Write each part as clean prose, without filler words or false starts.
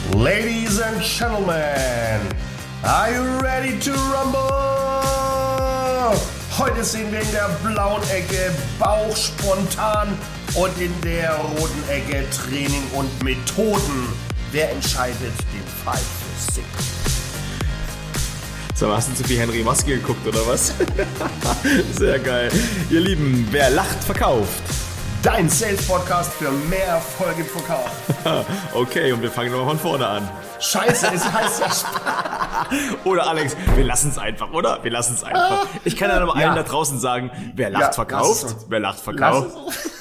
Ladies and Gentlemen, are you ready to rumble? Heute sehen wir in der blauen Ecke Bauch spontan und in der roten Ecke Training und Methoden. Wer entscheidet den Fall für sich? So, hast du zu viel Henry Maske geguckt, oder was? Sehr geil. Ihr Lieben, wer lacht, verkauft. Dein Sales-Podcast für mehr Erfolg im Verkauf. Okay, und wir fangen nochmal von vorne an. Scheiße, es heißt ja Spaß. Oder Alex, wir lassen es einfach, oder? Wir lassen es einfach. Ich kann ja noch allen da draußen sagen, wer lacht, verkauft. Wer lacht, verkauft.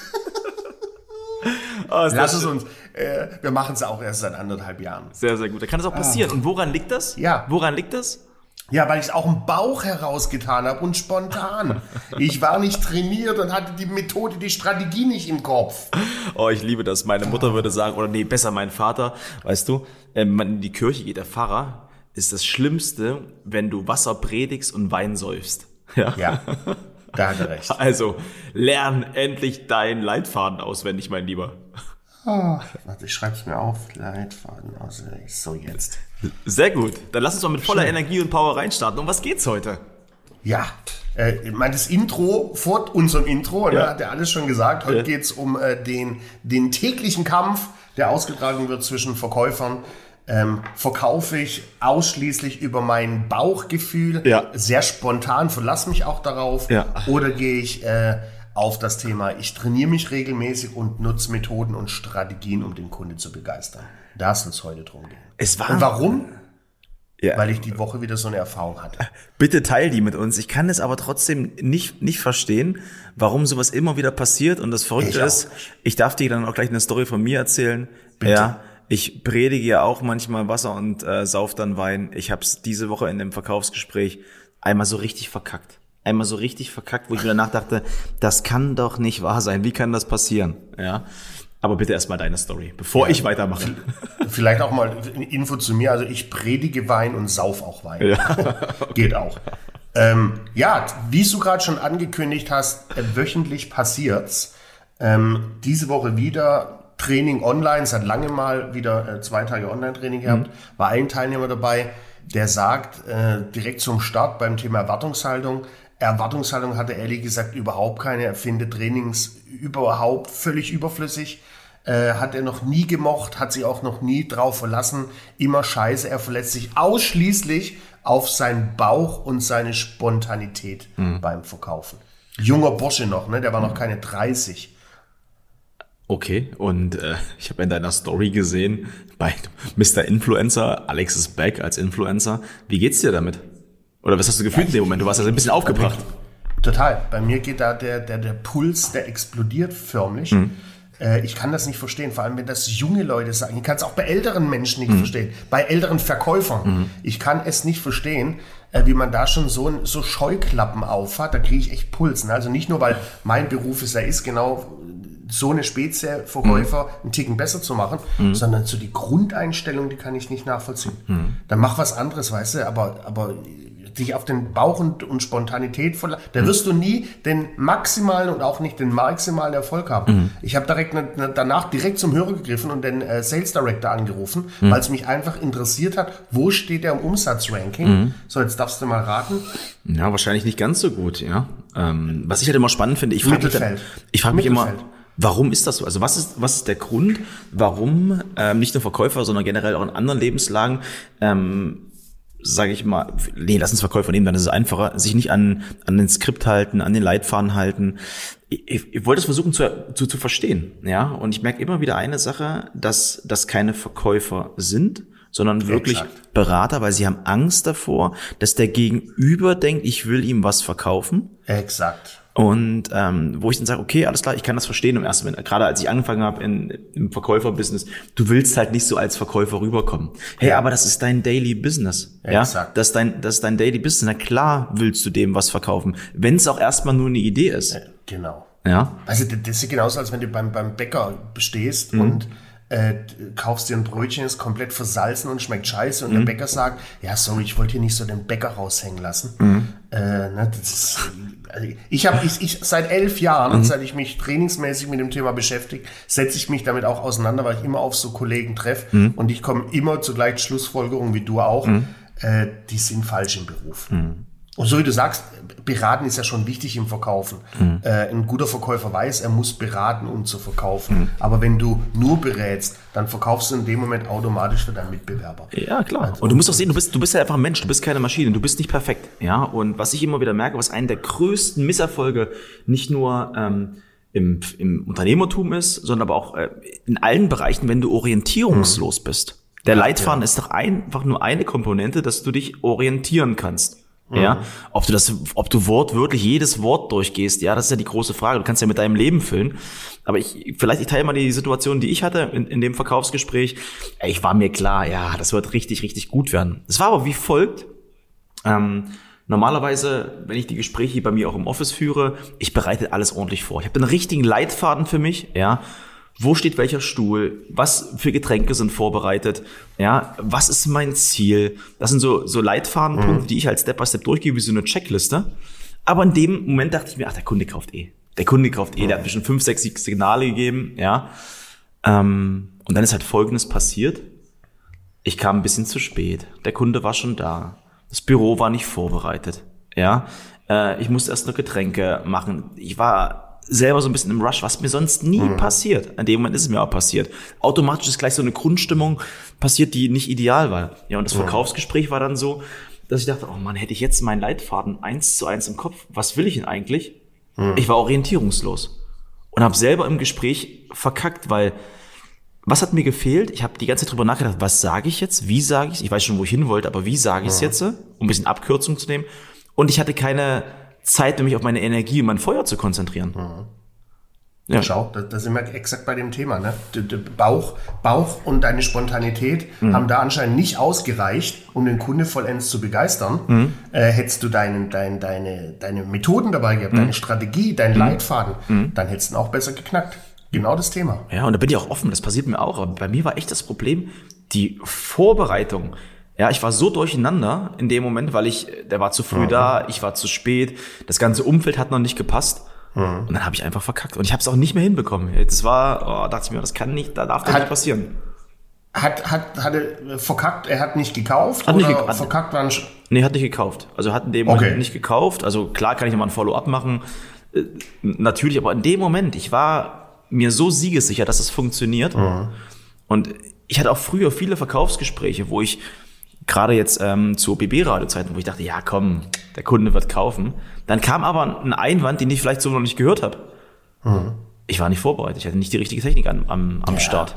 Lass es uns. Wir machen es auch erst seit 1,5 Jahren. Sehr, sehr gut. Da kann das auch passieren. Und woran liegt das? Ja. Woran liegt das? Ja, weil ich es auch im Bauch herausgetan habe und spontan. Ich war nicht trainiert und hatte die Methode, die Strategie nicht im Kopf. Oh, ich liebe das. Meine Mutter würde sagen, oder nee, besser mein Vater, weißt du, wenn man in die Kirche geht, der Pfarrer, ist das Schlimmste, wenn du Wasser predigst und Wein säufst. Ja, da hat er recht. Also, lern endlich deinen Leitfaden auswendig, mein Lieber. Oh, warte, ich schreibe es mir auf. Leitfaden auswendig. So, jetzt. Sehr gut. Dann lass uns mal mit voller Energie und Power reinstarten. Um was geht's heute? Ja, ich meine, das Intro, vor unserem Intro, ne, hat er alles schon gesagt. Heute geht's um den täglichen Kampf, der ausgetragen wird zwischen Verkäufern. Verkaufe ich ausschließlich über mein Bauchgefühl, sehr spontan, verlass mich auch darauf, oder gehe ich auf das Thema, ich trainiere mich regelmäßig und nutze Methoden und Strategien, um den Kunde zu begeistern. Da soll es heute drum gehen. Und warum? Ja. Weil ich die Woche wieder so eine Erfahrung hatte. Bitte teil die mit uns. Ich kann es aber trotzdem nicht verstehen, warum sowas immer wieder passiert. Und das Verrückte ist, ich darf dir dann auch gleich eine Story von mir erzählen. Bitte. Ja, ich predige ja auch manchmal Wasser und sauf dann Wein. Ich habe es diese Woche in dem Verkaufsgespräch einmal so richtig verkackt. Wo ich mir danach dachte, das kann doch nicht wahr sein. Wie kann das passieren? Ja. Aber bitte erstmal deine Story, bevor ich weitermache. Vielleicht auch mal eine Info zu mir. Also ich predige Wein und sauf auch Wein. Ja, okay. Geht auch. Wie du gerade schon angekündigt hast, wöchentlich passiert's. Diese Woche wieder Training online. Es hat lange mal wieder 2 Tage Online-Training gehabt. War ein Teilnehmer dabei, der sagt direkt zum Start beim Thema Erwartungshaltung hat er ehrlich gesagt überhaupt keine. Er findet Trainings überhaupt völlig überflüssig. Hat er noch nie gemocht, hat sich auch noch nie drauf verlassen. Immer scheiße. Er verlässt sich ausschließlich auf seinen Bauch und seine Spontanität beim Verkaufen. Junger Bursche noch, ne? Der war noch keine 30. Okay, und ich habe in deiner Story gesehen, bei Mr. Influencer, Alex is back als Influencer. Wie geht's dir damit? Oder was hast du gefühlt in dem Moment? Du warst ja ein bisschen aufgebracht. Total. Bei mir geht da der Puls, der explodiert förmlich. Ich kann das nicht verstehen, vor allem wenn das junge Leute sagen. Ich kann es auch bei älteren Menschen nicht verstehen, bei älteren Verkäufern. Ich kann es nicht verstehen, wie man da schon so Scheuklappen aufhat. Da kriege ich echt Puls. Ne? Also nicht nur, weil mein Beruf es ja ist, genau so eine Spezie Verkäufer einen Ticken besser zu machen, sondern so die Grundeinstellung, die kann ich nicht nachvollziehen. Dann mach was anderes, weißt du, aber dich auf den Bauch und Spontanität verlassen, da wirst du nie den maximalen und auch nicht den maximalen Erfolg haben. Ich habe danach direkt zum Hörer gegriffen und den Sales Director angerufen, weil es mich einfach interessiert hat, wo steht der im Umsatzranking? So, jetzt darfst du mal raten. Ja, wahrscheinlich nicht ganz so gut, ja. Was ich halt immer spannend finde, ich frage mich immer, warum ist das so? Also was ist der Grund, warum nicht nur Verkäufer, sondern generell auch in anderen Lebenslagen, sage ich mal, lass uns Verkäufer nehmen, dann ist es einfacher, sich nicht an den Skript halten, an den Leitfaden halten. Ich wollte es versuchen zu verstehen, ja. Und ich merke immer wieder eine Sache, dass das keine Verkäufer sind, sondern wirklich Berater, weil sie haben Angst davor, dass der Gegenüber denkt, ich will ihm was verkaufen. Exakt. Und wo ich dann sage, okay, alles klar, ich kann das verstehen im ersten Moment. Gerade als ich angefangen habe im Verkäuferbusiness, du willst halt nicht so als Verkäufer rüberkommen. Hey, aber das ist dein Daily Business. Exakt. Ja, das ist dein Daily Business. Na klar willst du dem was verkaufen, wenn es auch erstmal nur eine Idee ist. Genau. Ja. Also das ist genauso, als wenn du beim Bäcker stehst und kaufst dir ein Brötchen, ist komplett versalzen und schmeckt scheiße und der Bäcker sagt, ja sorry, ich wollte hier nicht so den Bäcker raushängen lassen. Das ist ich seit 11 Jahren, seit ich mich trainingsmäßig mit dem Thema beschäftige, setze ich mich damit auch auseinander, weil ich immer auf so Kollegen treffe und ich komme immer zur gleichen Schlussfolgerung wie du auch, die sind falsch im Beruf. Und so wie du sagst, beraten ist ja schon wichtig im Verkaufen. Ein guter Verkäufer weiß, er muss beraten, um zu verkaufen. Aber wenn du nur berätst, dann verkaufst du in dem Moment automatisch für deinen Mitbewerber. Ja, klar. Und du musst auch sehen, du bist ja einfach ein Mensch, du bist keine Maschine, du bist nicht perfekt. Ja. Und was ich immer wieder merke, was einer der größten Misserfolge nicht nur im Unternehmertum ist, sondern aber auch in allen Bereichen, wenn du orientierungslos bist. Der Leitfaden ist doch einfach nur eine Komponente, dass du dich orientieren kannst. Ja, ob du wortwörtlich jedes Wort durchgehst, ja, das ist ja die große Frage. Du kannst ja mit deinem Leben füllen. Aber ich teile mal die Situation, die ich hatte in dem Verkaufsgespräch. Ich war mir klar, ja, das wird richtig, richtig gut werden. Es war aber wie folgt. Normalerweise, wenn ich die Gespräche bei mir auch im Office führe, ich bereite alles ordentlich vor. Ich habe einen richtigen Leitfaden für mich, ja. Wo steht welcher Stuhl? Was für Getränke sind vorbereitet? Ja, was ist mein Ziel? Das sind so Leitfadenpunkte, die ich halt Step by Step durchgehe, wie so eine Checkliste. Aber in dem Moment dachte ich mir, der Kunde kauft eh. Der hat mir schon 5, 6 Signale gegeben, ja. Und dann ist halt Folgendes passiert. Ich kam ein bisschen zu spät. Der Kunde war schon da. Das Büro war nicht vorbereitet, ja. Ich musste erst noch Getränke machen. Ich war selber so ein bisschen im Rush, was mir sonst nie passiert. An dem Moment ist es mir auch passiert. Automatisch ist gleich so eine Grundstimmung passiert, die nicht ideal war. Ja, und das Verkaufsgespräch war dann so, dass ich dachte, oh Mann, hätte ich jetzt meinen Leitfaden 1:1 im Kopf. Was will ich denn eigentlich? Ich war orientierungslos und habe selber im Gespräch verkackt, weil was hat mir gefehlt? Ich habe die ganze Zeit drüber nachgedacht, was sage ich jetzt? Wie sage ich? Ich weiß schon, wo ich hin wollte, aber wie sage ich es jetzt? Um ein bisschen Abkürzung zu nehmen. Und ich hatte keine Zeit, mich auf meine Energie und mein Feuer zu konzentrieren. Ja. Schau, da sind wir exakt bei dem Thema. Ne? Bauch und deine Spontanität haben da anscheinend nicht ausgereicht, um den Kunde vollends zu begeistern. Hättest du deine Methoden dabei gehabt, deine Strategie, deinen Leitfaden, dann hättest du ihn auch besser geknackt. Genau das Thema. Ja, und da bin ich auch offen, das passiert mir auch. Aber bei mir war echt das Problem, die Vorbereitung. Ja, ich war so durcheinander in dem Moment, weil der war zu früh da, ich war zu spät, das ganze Umfeld hat noch nicht gepasst und dann habe ich einfach verkackt und ich habe es auch nicht mehr hinbekommen. Das war, dachte ich mir, das kann nicht, da darf doch nicht passieren. Hat er verkackt, er hat nicht gekauft? Verkackt war Nee, hat nicht gekauft. Also hat in dem Moment nicht gekauft. Also klar kann ich nochmal ein Follow-up machen. Natürlich, aber in dem Moment, ich war mir so siegessicher, dass es funktioniert. Und ich hatte auch früher viele Verkaufsgespräche, wo ich gerade jetzt zu BB-Radio-Zeiten, wo ich dachte, ja komm, der Kunde wird kaufen. Dann kam aber ein Einwand, den ich vielleicht so noch nicht gehört habe. Ich war nicht vorbereitet, ich hatte nicht die richtige Technik am Start.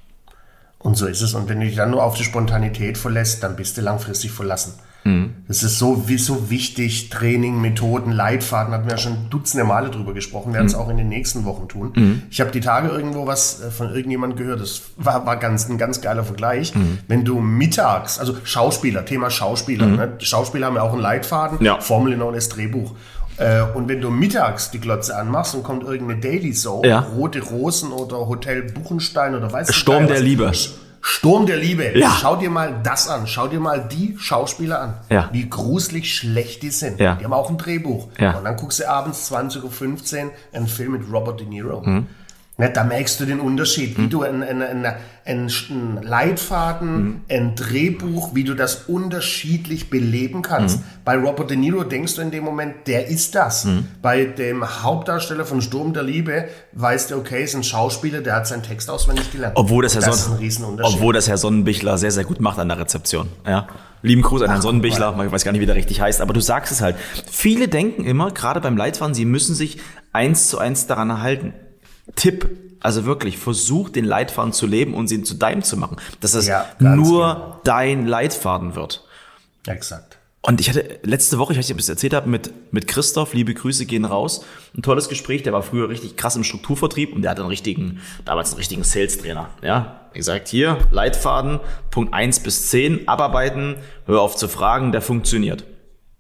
Und so ist es. Und wenn du dich dann nur auf die Spontanität verlässt, dann bist du langfristig verlassen. Das ist so wichtig. Training, Methoden, Leitfaden, hatten wir ja schon dutzende Male drüber gesprochen, werden es auch in den nächsten Wochen tun. Ich habe die Tage irgendwo was von irgendjemandem gehört, das war ein ganz geiler Vergleich. Wenn du mittags, also Thema Schauspieler, ne? Schauspieler haben ja auch einen Leitfaden, Formel in das Drehbuch. Und wenn du mittags die Glotze anmachst und kommt irgendeine Daily Soap, Rote Rosen oder Hotel Buchenstein oder weiß ich Sturm der Liebe. Sturm der Liebe. Ja. Schau dir mal das an. Schau dir mal die Schauspieler an. Ja. Wie gruselig schlecht die sind. Ja. Die haben auch ein Drehbuch. Ja. Und dann guckst du abends 20:15 Uhr einen Film mit Robert De Niro. Da merkst du den Unterschied, wie du einen Leitfaden, ein Drehbuch, wie du das unterschiedlich beleben kannst. Bei Robert De Niro denkst du in dem Moment, der ist das. Bei dem Hauptdarsteller von Sturm der Liebe weißt du, okay, ist ein Schauspieler, der hat seinen Text auswendig gelernt. Obwohl das Herr Sonnenbichler sehr, sehr gut macht an der Rezeption. Ja. Lieben Gruß an Herrn Sonnenbichler, ich weiß gar nicht, wie der richtig heißt, aber du sagst es halt. Viele denken immer, gerade beim Leitfaden, sie müssen sich 1:1 daran halten. Tipp, also wirklich, versuch den Leitfaden zu leben und ihn zu deinem zu machen, dass es nur dein Leitfaden wird. Exakt. Und ich hatte letzte Woche, ich weiß nicht, ob ich es erzählt habe, mit Christoph, liebe Grüße gehen raus, ein tolles Gespräch, der war früher richtig krass im Strukturvertrieb und der hatte damals einen richtigen Sales-Trainer. Ja, wie gesagt, hier, Leitfaden, Punkt 1 bis 10, abarbeiten, hör auf zu fragen, der funktioniert.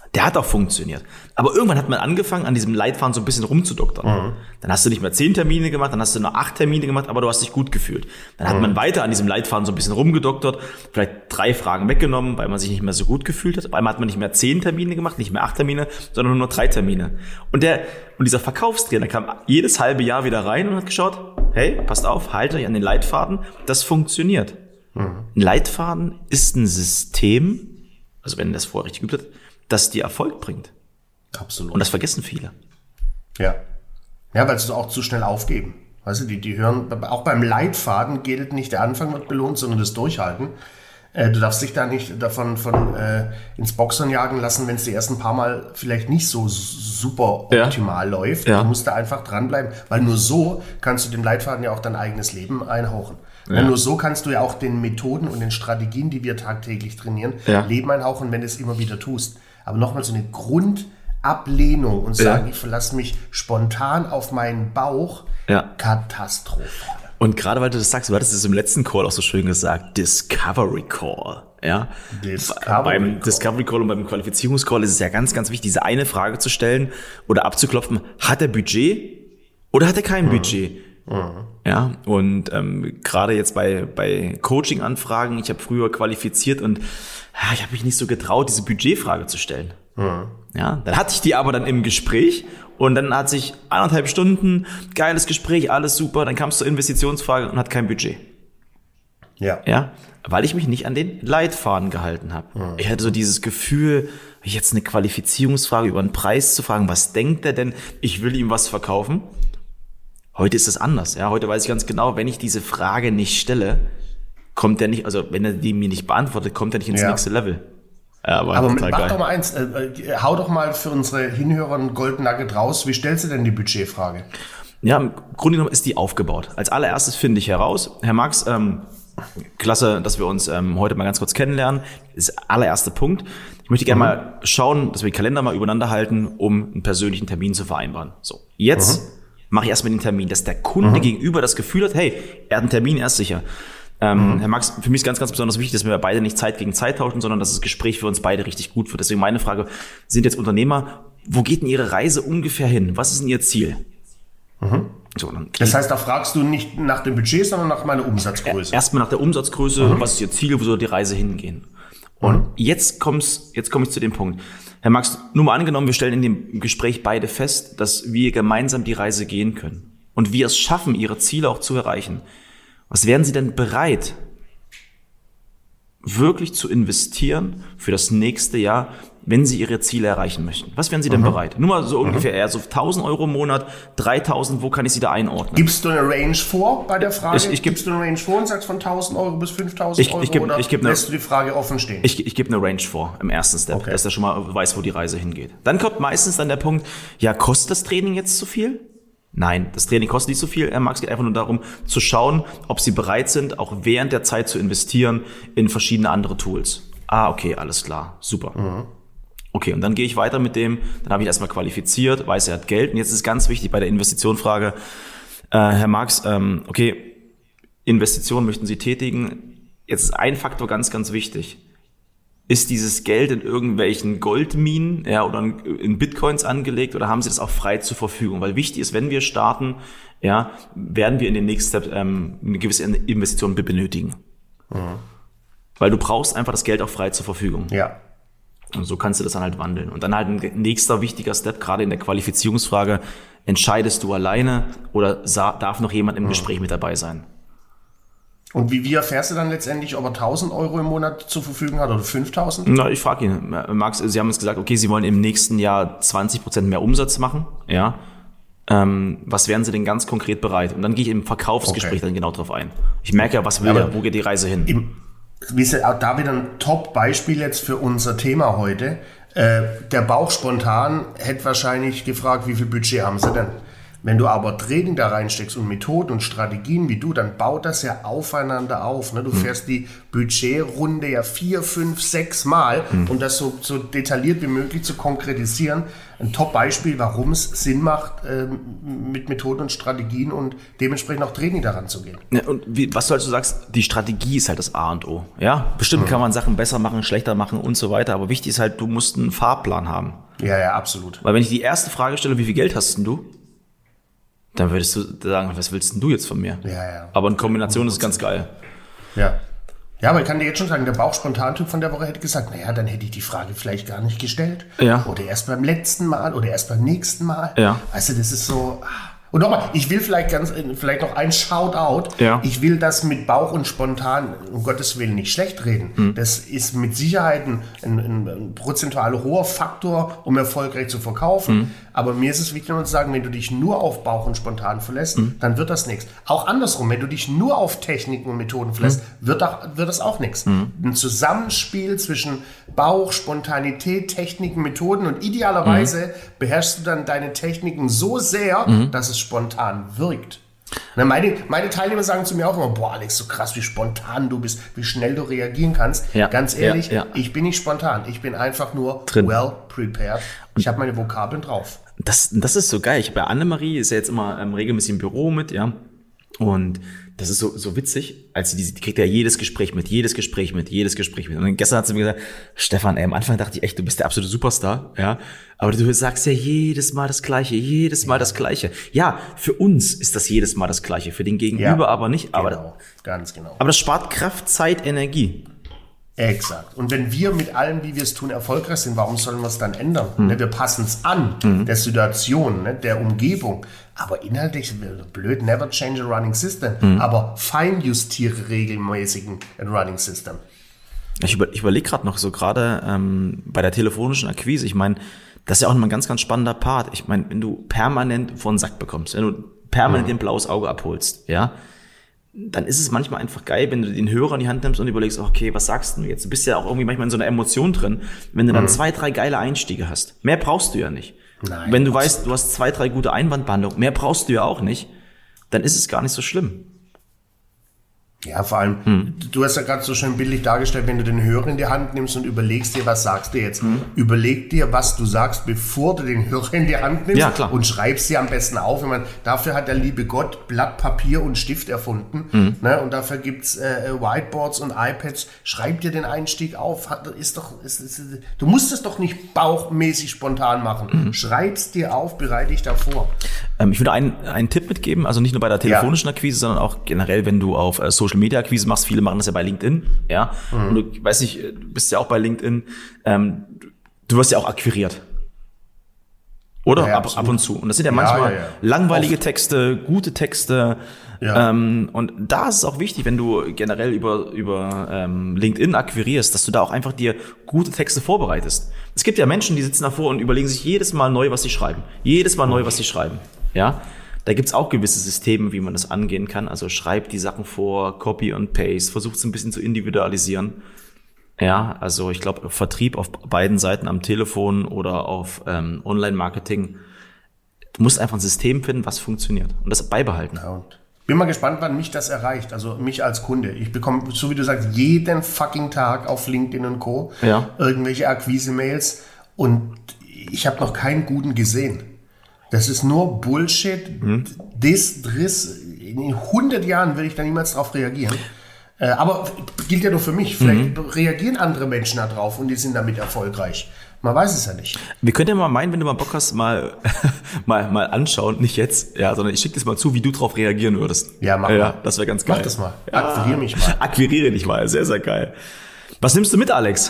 Der hat auch funktioniert. Aber irgendwann hat man angefangen, an diesem Leitfaden so ein bisschen rumzudoktern. Dann hast du nicht mehr 10 Termine gemacht, dann hast du nur 8 Termine gemacht, aber du hast dich gut gefühlt. Dann hat man weiter an diesem Leitfaden so ein bisschen rumgedoktert, vielleicht 3 Fragen weggenommen, weil man sich nicht mehr so gut gefühlt hat. Auf einmal hat man nicht mehr 10 Termine gemacht, nicht mehr 8 Termine, sondern nur 3 Termine. Und dieser Verkaufstrainer kam jedes halbe Jahr wieder rein und hat geschaut, hey, passt auf, haltet euch an den Leitfaden, das funktioniert. Ein Leitfaden ist ein System, also wenn das vorher richtig geübt hat, das dir Erfolg bringt. Absolut. Und das vergessen viele. Ja. Ja, weil sie auch zu schnell aufgeben. Weißt du, die hören, auch beim Leitfaden gilt nicht, der Anfang wird belohnt, sondern das Durchhalten. Du darfst dich da nicht davon ins Boxen jagen lassen, wenn es die ersten paar Mal vielleicht nicht so super optimal läuft. Du musst da einfach dranbleiben, weil nur so kannst du dem Leitfaden ja auch dein eigenes Leben einhauchen. Ja. Nur so kannst du ja auch den Methoden und den Strategien, die wir tagtäglich trainieren, Leben einhauchen, wenn du es immer wieder tust. Aber nochmal so eine Grundablehnung und sagen, ich verlasse mich spontan auf meinen Bauch, katastrophal. Und gerade weil du das sagst, du hattest es im letzten Call auch so schön gesagt, Discovery Call. Ja? Beim Discovery Call und beim Qualifizierungscall ist es ja ganz, ganz wichtig, diese eine Frage zu stellen oder abzuklopfen, hat er Budget oder hat er kein Budget? Ja, und gerade jetzt bei Coaching-Anfragen, ich habe früher qualifiziert und ich habe mich nicht so getraut, diese Budgetfrage zu stellen. Ja, dann hatte ich die aber dann im Gespräch und dann hat sich 1,5 Stunden, geiles Gespräch, alles super, dann kam es zur Investitionsfrage und hat kein Budget. Ja, weil ich mich nicht an den Leitfaden gehalten habe. Ich hatte so dieses Gefühl, jetzt eine Qualifizierungsfrage über einen Preis zu fragen, was denkt er denn? Ich will ihm was verkaufen. Heute ist es anders. Ja, heute weiß ich ganz genau, wenn ich diese Frage nicht stelle, kommt er nicht, also wenn er die mir nicht beantwortet, kommt er nicht ins nächste Level. Ja, aber mach doch mal eins, hau doch mal für unsere Hinhörer einen Golden Nugget raus. Wie stellst du denn die Budgetfrage? Ja, im Grunde genommen ist die aufgebaut. Als allererstes finde ich heraus, Herr Marx, klasse, dass wir uns heute mal ganz kurz kennenlernen. Das ist der allererste Punkt. Ich möchte gerne mal schauen, dass wir die Kalender mal übereinander halten, um einen persönlichen Termin zu vereinbaren. So, jetzt mache ich erstmal den Termin, dass der Kunde gegenüber das Gefühl hat, hey, er hat einen Termin, er ist sicher. Herr Max, für mich ist ganz, ganz besonders wichtig, dass wir beide nicht Zeit gegen Zeit tauschen, sondern dass das Gespräch für uns beide richtig gut wird. Deswegen meine Frage, sind jetzt Unternehmer, wo geht denn Ihre Reise ungefähr hin? Was ist denn Ihr Ziel? So, das heißt, da fragst du nicht nach dem Budget, sondern nach meiner Umsatzgröße. Erstmal nach der Umsatzgröße, was ist Ihr Ziel, wo soll die Reise hingehen? Und jetzt komme ich zu dem Punkt. Herr Max, nur mal angenommen, wir stellen in dem Gespräch beide fest, dass wir gemeinsam die Reise gehen können und wir es schaffen, Ihre Ziele auch zu erreichen. Was wären Sie denn bereit, wirklich zu investieren für das nächste Jahr, wenn Sie Ihre Ziele erreichen möchten? Was wären Sie denn bereit? Nur mal so ungefähr eher so 1.000 Euro im Monat, 3.000, wo kann ich Sie da einordnen? Gibst du eine Range vor bei der Frage? Gibst du eine Range vor und sagst von 1.000 Euro bis 5.000 Euro oder lässt du die Frage offen stehen? Ich gebe eine Range vor im ersten Step, dass er schon mal weiß, wo die Reise hingeht. Dann kommt meistens dann der Punkt, ja, kostet das Training jetzt zu viel? Nein, das Training kostet nicht so viel. Es geht einfach nur darum, zu schauen, ob Sie bereit sind, auch während der Zeit zu investieren in verschiedene andere Tools. Okay, alles klar, super. Okay, und dann gehe ich weiter mit dem, dann habe ich erstmal qualifiziert, weiß, er hat Geld. Und jetzt ist ganz wichtig bei der Investitionfrage, Herr Marx, okay, Investitionen möchten Sie tätigen. Jetzt ist ein Faktor ganz, ganz wichtig. Ist dieses Geld in irgendwelchen Goldminen oder in Bitcoins angelegt oder haben Sie das auch frei zur Verfügung? Weil wichtig ist, wenn wir starten, werden wir in den nächsten Step eine gewisse Investition benötigen. Weil du brauchst einfach das Geld auch frei zur Verfügung. Ja. Und so kannst du das dann halt wandeln. Und dann halt ein nächster wichtiger Step, gerade in der Qualifizierungsfrage, entscheidest du alleine oder darf noch jemand im Gespräch mit dabei sein? Und wie erfährst du dann letztendlich, ob er 1.000 Euro im Monat zur Verfügung hat oder 5.000? Na, ich frage ihn, Max, Sie haben uns gesagt, okay, Sie wollen im nächsten Jahr 20% mehr Umsatz machen, was wären Sie denn ganz konkret bereit? Und dann gehe ich im Verkaufsgespräch dann genau drauf ein. Ich merke ja, was will er, wo geht die Reise hin? Auch da wieder ein Top-Beispiel jetzt für unser Thema heute. Der Bauch spontan hätte wahrscheinlich gefragt, wie viel Budget haben Sie denn? Wenn du aber Training da reinsteckst und Methoden und Strategien wie du, dann baut das ja aufeinander auf. Ne? Du fährst die Budgetrunde ja 4, 5, 6 Mal, um das so detailliert wie möglich zu konkretisieren. Ein Top-Beispiel, warum es Sinn macht, mit Methoden und Strategien und dementsprechend auch Training daran zu gehen. Ja, und was du halt so sagst, die Strategie ist halt das A und O. Ja, bestimmt kann man Sachen besser machen, schlechter machen und so weiter, aber wichtig ist halt, du musst einen Fahrplan haben. Ja, absolut. Weil wenn ich die erste Frage stelle, wie viel Geld hast denn du? Dann würdest du sagen, was willst denn du jetzt von mir? Ja. Aber in Kombination ist es ganz geil. Ja. Ja, aber ich kann dir jetzt schon sagen, der Bauchspontantyp von der Woche hätte gesagt, naja, dann hätte ich die Frage vielleicht gar nicht gestellt. Ja. Oder erst beim letzten Mal oder erst beim nächsten Mal. Ja. Weißt du, das ist so... Und nochmal, ich will vielleicht noch ein Shoutout. Ja. Ich will das mit Bauch und spontan, um Gottes Willen, nicht schlecht reden. Das ist mit Sicherheit ein prozentual hoher Faktor, um erfolgreich zu verkaufen. Aber mir ist es wichtig, zu sagen, wenn du dich nur auf Bauch und spontan verlässt, dann wird das nichts. Auch andersrum, wenn du dich nur auf Techniken und Methoden verlässt, wird das auch nichts. Ein Zusammenspiel zwischen Bauch, Spontanität, Techniken, Methoden und idealerweise beherrschst du dann deine Techniken so sehr, dass es spontan wirkt. Na, meine Teilnehmer sagen zu mir auch immer, boah Alex, so krass, wie spontan du bist, wie schnell du reagieren kannst. Ja, ganz ehrlich, ich bin nicht spontan, ich bin einfach nur well prepared. Ich habe meine Vokabeln drauf. Das ist so geil. Ich habe ja Annemarie, ist ja jetzt immer regelmäßig im Büro mit, ja. Und das ist so witzig, als die kriegt ja jedes Gespräch mit. Und dann gestern hat sie mir gesagt, Stefan, am Anfang dachte ich echt, du bist der absolute Superstar, ja. Aber du sagst ja jedes Mal das Gleiche. Ja, für uns ist das jedes Mal das Gleiche, für den Gegenüber aber nicht. Ganz genau. Aber das spart Kraft, Zeit, Energie. Exakt. Und wenn wir mit allem, wie wir es tun, erfolgreich sind, warum sollen wir es dann ändern? Wir passen es an, der Situation, der Umgebung. Aber inhaltlich, blöd, never change a running system. Aber feinjustiere regelmäßig ein running system. Ich überlege gerade noch so gerade bei der telefonischen Akquise, ich meine, das ist ja auch ein ganz, ganz spannender Part. Ich meine, wenn du permanent vor den Sack bekommst, wenn du permanent ein blaues Auge abholst, ja, dann ist es manchmal einfach geil, wenn du den Hörer in die Hand nimmst und überlegst, okay, was sagst du jetzt? Du bist ja auch irgendwie manchmal in so einer Emotion drin. Wenn du dann 2, 3 geile Einstiege hast, mehr brauchst du ja nicht. Nein, wenn du weißt, du hast 2, 3 gute Einwandbehandlungen, mehr brauchst du ja auch nicht, dann ist es gar nicht so schlimm. Ja, vor allem, du hast ja gerade so schön bildlich dargestellt, wenn du den Hörer in die Hand nimmst und überlegst dir, was sagst du jetzt. Überleg dir, was du sagst, bevor du den Hörer in die Hand nimmst, ja, klar, und schreibst dir am besten auf. Ich meine, dafür hat der liebe Gott Blatt, Papier und Stift erfunden. Ne? Und dafür gibt's Whiteboards und iPads. Schreib dir den Einstieg auf. Du musst es doch nicht bauchmäßig spontan machen. Schreib's dir auf, bereite dich davor. Ich würde einen Tipp mitgeben, also nicht nur bei der telefonischen Akquise, sondern auch generell, wenn du auf Social Media Akquise machst. Viele machen das ja bei LinkedIn, ja. Und du, weiß nicht, du bist ja auch bei LinkedIn, du wirst ja auch akquiriert. Oder? Ja, ab und zu. Und das sind ja manchmal langweilige Texte, gute Texte. Ja. Und da ist es auch wichtig, wenn du generell über LinkedIn akquirierst, dass du da auch einfach dir gute Texte vorbereitest. Es gibt ja Menschen, die sitzen davor und überlegen sich jedes Mal neu, was sie schreiben. Ja. Da gibt's auch gewisse Systeme, wie man das angehen kann. Also schreib die Sachen vor, Copy und Paste, versuch es ein bisschen zu individualisieren. Ja, also ich glaube, Vertrieb auf beiden Seiten am Telefon oder auf Online-Marketing. Du musst einfach ein System finden, was funktioniert und das beibehalten. Ja, und bin mal gespannt, wann mich das erreicht. Also mich als Kunde. Ich bekomme, so wie du sagst, jeden fucking Tag auf LinkedIn und Co. Irgendwelche Akquise-Mails und ich habe noch keinen guten gesehen. Das ist nur Bullshit. Driss. In 100 Jahren würde ich da niemals drauf reagieren. Aber gilt ja nur für mich. Vielleicht reagieren andere Menschen da drauf und die sind damit erfolgreich. Man weiß es ja nicht. Wir könnten ja mal meinen, wenn du mal Bock hast, mal anschauen, nicht jetzt, ja, sondern ich schicke dir mal zu, wie du drauf reagieren würdest. Ja, mach mal. Das wäre ganz geil. Mach das mal. Akquiriere mich mal. Akquiriere dich mal. Sehr, sehr geil. Was nimmst du mit, Alex?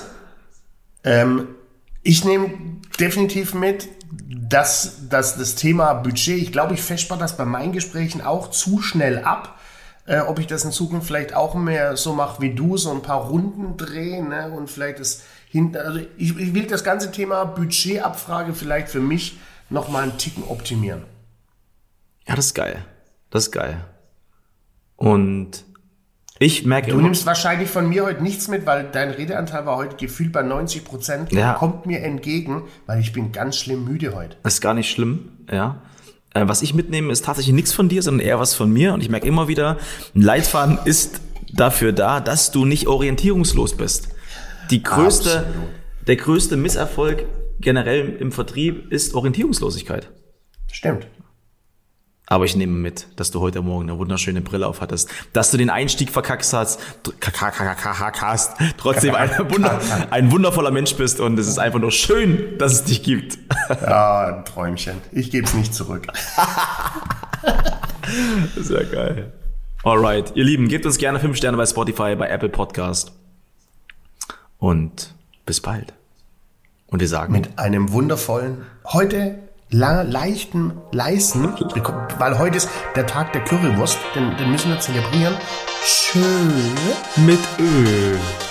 Ich nehme definitiv mit, dass das Thema Budget, ich glaube, ich festspare das bei meinen Gesprächen auch zu schnell ab. Ob ich das in Zukunft vielleicht auch mehr so mache wie du, so ein paar Runden drehen, ne? Und vielleicht das also ich will das ganze Thema Budgetabfrage vielleicht für mich noch mal einen Ticken optimieren. Ja, das ist geil. Und ich merke Du nimmst wahrscheinlich von mir heute nichts mit, weil dein Redeanteil war heute gefühlt bei 90%. Ja. Kommt mir entgegen, weil ich bin ganz schlimm müde heute. Das ist gar nicht schlimm, ja. was ich mitnehme, ist tatsächlich nichts von dir, sondern eher was von mir. Und ich merke immer wieder, ein Leitfaden ist dafür da, dass du nicht orientierungslos bist. Der größte Misserfolg generell im Vertrieb ist Orientierungslosigkeit. Stimmt. Aber ich nehme mit, dass du heute Morgen eine wunderschöne Brille auf hattest, dass du den Einstieg verkackst hast, trotzdem ein wundervoller Mensch bist und es ist einfach nur schön, dass es dich gibt. Ja, ein Träumchen. Ich gebe es nicht zurück. Sehr geil. Alright, ihr Lieben, gebt uns gerne 5 Sterne bei Spotify, bei Apple Podcast und bis bald. Und wir sagen... Mit einem wundervollen, heute... leisen, weil heute ist der Tag der Currywurst, den müssen wir zelebrieren. Schön mit Öl.